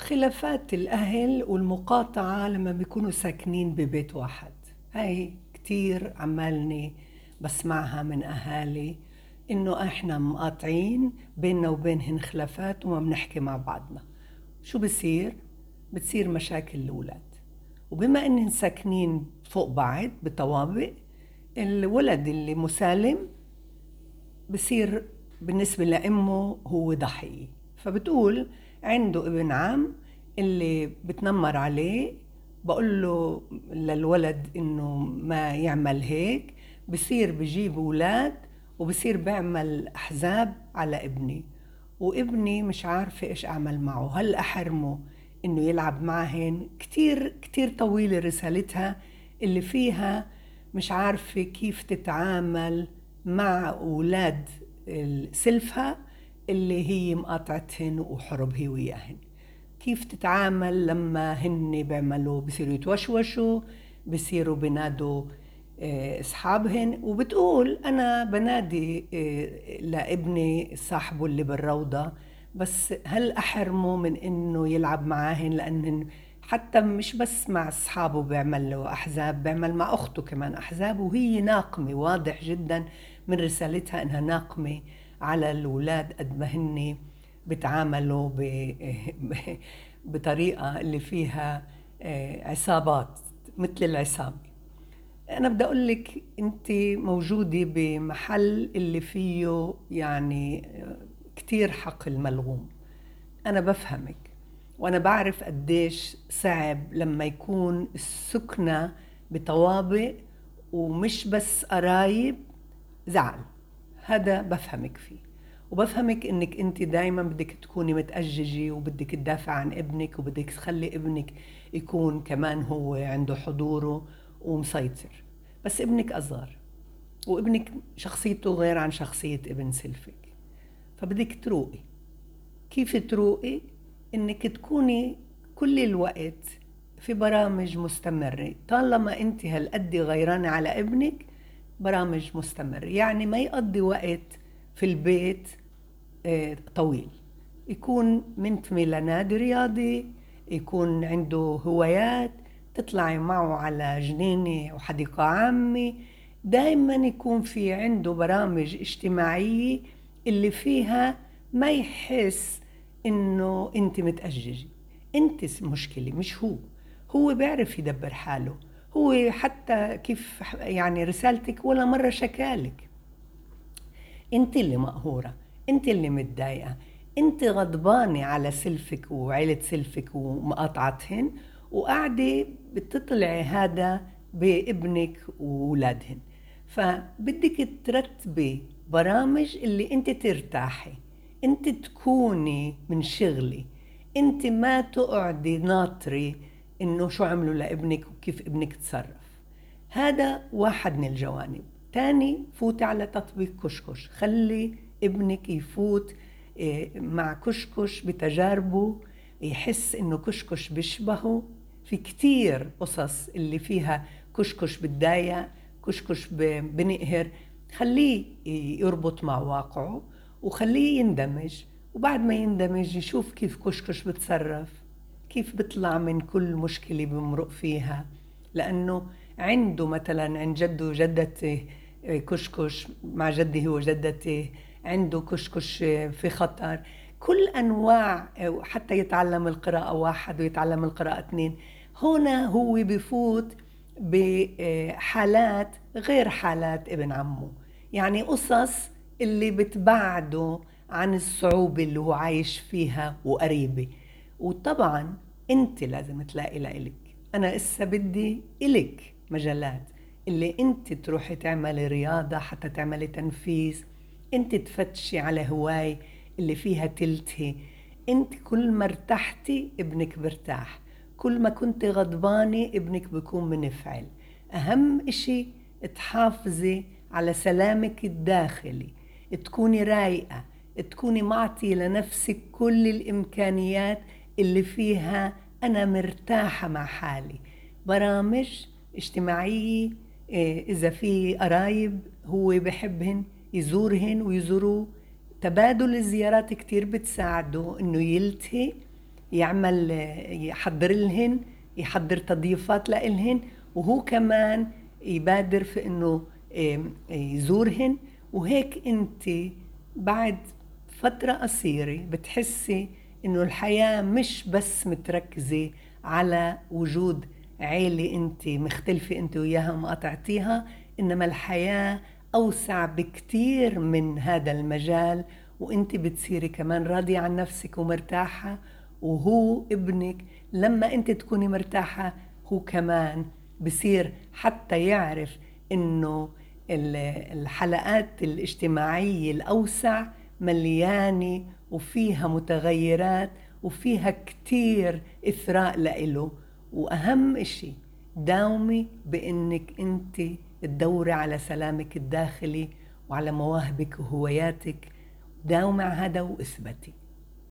خلافات الأهل والمقاطعة لما بيكونوا ساكنين ببيت واحد، هاي كتير عمالني بسمعها من أهالي إنه إحنا مقاطعين بيننا وبينهن خلافات وما بنحكي مع بعضنا. شو بصير؟ بتصير مشاكل الأولاد، وبما إنهن ساكنين فوق بعض بطوابق، الولد اللي مسالم بصير بالنسبة لأمه هو ضحية. فبتقول عنده ابن عم اللي بتنمر عليه، بقول له للولد إنه ما يعمل هيك، بصير بجيب أولاد وبصير بيعمل أحزاب على ابني، وابني مش عارفة إيش أعمل معه، هل أحرمه إنه يلعب معهن؟ كتير كتير طويلة رسالتها اللي فيها مش عارفة كيف تتعامل مع أولاد سلفها اللي هي مقاطعتهن وحرب هي وياهن. كيف تتعامل لما هن بيعملوا بصيروا يتوشوشوا، بصيروا بنادوا اصحابهن. وبتقول انا بنادي لابني صاحبه اللي بالروضة، بس هل احرمه من انه يلعب معاهن؟ لان حتى مش بس مع اصحابه بيعمل له احزاب، بيعمل مع اخته كمان احزاب، وهي ناقمة، واضح جدا من رسالتها انها ناقمة على الاولاد قد ما هن بتعاملوا بطريقة اللي فيها عصابات مثل العصابة. أنا بدي أقول لك أنت موجودة بمحل اللي فيه يعني كتير حقل ملغوم. أنا بفهمك، وأنا بعرف قديش صعب لما يكون السكنة بطوابق ومش بس قرايب زعل. هذا بفهمك فيه، وبفهمك انك انت دايما بدك تكوني متأججة وبدك تدافع عن ابنك وبدك تخلي ابنك يكون كمان هو عنده حضوره ومسيطر. بس ابنك أصغر، وابنك شخصيته غير عن شخصية ابن سلفك، فبدك تروقي. كيف تروقي؟ انك تكوني كل الوقت في برامج مستمرة. طالما انت هالقد غيرانة على ابنك، برامج مستمرة، يعني ما يقضي وقت في البيت طويل، يكون منتمي لنادي رياضي، يكون عنده هوايات، تطلعي معه على جنينة وحديقة عامة، دايما يكون في عنده برامج اجتماعية اللي فيها ما يحس انه انت متأججة. انت المشكلة مش هو، هو بيعرف يدبر حاله. هو حتى كيف يعني رسالتك ولا مرة شكالك. انت اللي مقهورة، انت اللي متضايقة، انت غضبانة على سلفك وعيلة سلفك ومقاطعتهن، وقاعدة بتطلعي هذا بابنك وولادهن. فبدك ترتبي برامج اللي انت ترتاحي، انت تكوني من شغلي، انت ما تقعدي ناطري انه شو عملوا لابنك وكيف ابنك تصرف. هذا واحد من الجوانب. تاني، فوتي على تطبيق كشكش، خلي ابنك يفوت مع كشكش بتجاربه، يحس انه كشكش بيشبهه. في كتير قصص اللي فيها كشكش بتضايق، كشكش بنقهر. خليه يربط مع واقعه وخليه يندمج، وبعد ما يندمج يشوف كيف كشكش بتصرف، كيف بيطلع من كل مشكلة بمرق فيها. لأنه عنده مثلا عند جده وجدته كشكش، مع جده وجدته عنده كشكش في خطر. كل أنواع، حتى يتعلم القراءة واحد ويتعلم القراءة اثنين. هنا هو بفوت بحالات غير حالات ابن عمه، يعني قصص اللي بتبعده عن الصعوبة اللي هو عايش فيها وقريبة. وطبعا انت لازم تلاقي لإلك. انا اسا بدي إلك مجالات اللي انت تروحي تعملي رياضة حتى تعملي تنفيذ، انت تفتشي على هواي اللي فيها تلتهي. انت كل ما ارتحتي ابنك برتاح، كل ما كنت غضبانة ابنك بيكون منفعل. اهم اشي تحافظي على سلامك الداخلي، تكوني رايقة، تكوني معطية لنفسك كل الإمكانيات اللي فيها أنا مرتاحة مع حالي. برامج اجتماعية، إذا في قرايب هو بحبهن يزورهن ويزوروه. تبادل الزيارات كتير بتساعده إنه يلتهي، يعمل يحضر لهن، يحضر تضييفات لإلهن، وهو كمان يبادر في انه يزورهن. وهيك انت بعد فترة قصيرة بتحسي انه الحياة مش بس متركزة على وجود عيلة انت مختلفة انت وياها ومقاطعتيها، انما الحياة اوسع بكتير من هذا المجال، وانت بتصيري كمان راضية عن نفسك ومرتاحة. وهو ابنك لما انت تكوني مرتاحة هو كمان بصير حتى يعرف انه الحلقات الاجتماعية الأوسع مليانة وفيها متغيرات وفيها كتير إثراء لإله. وأهم إشي داومي بإنك أنت تدوري على سلامك الداخلي وعلى مواهبك وهواياتك. داومي على هذا واثبتي.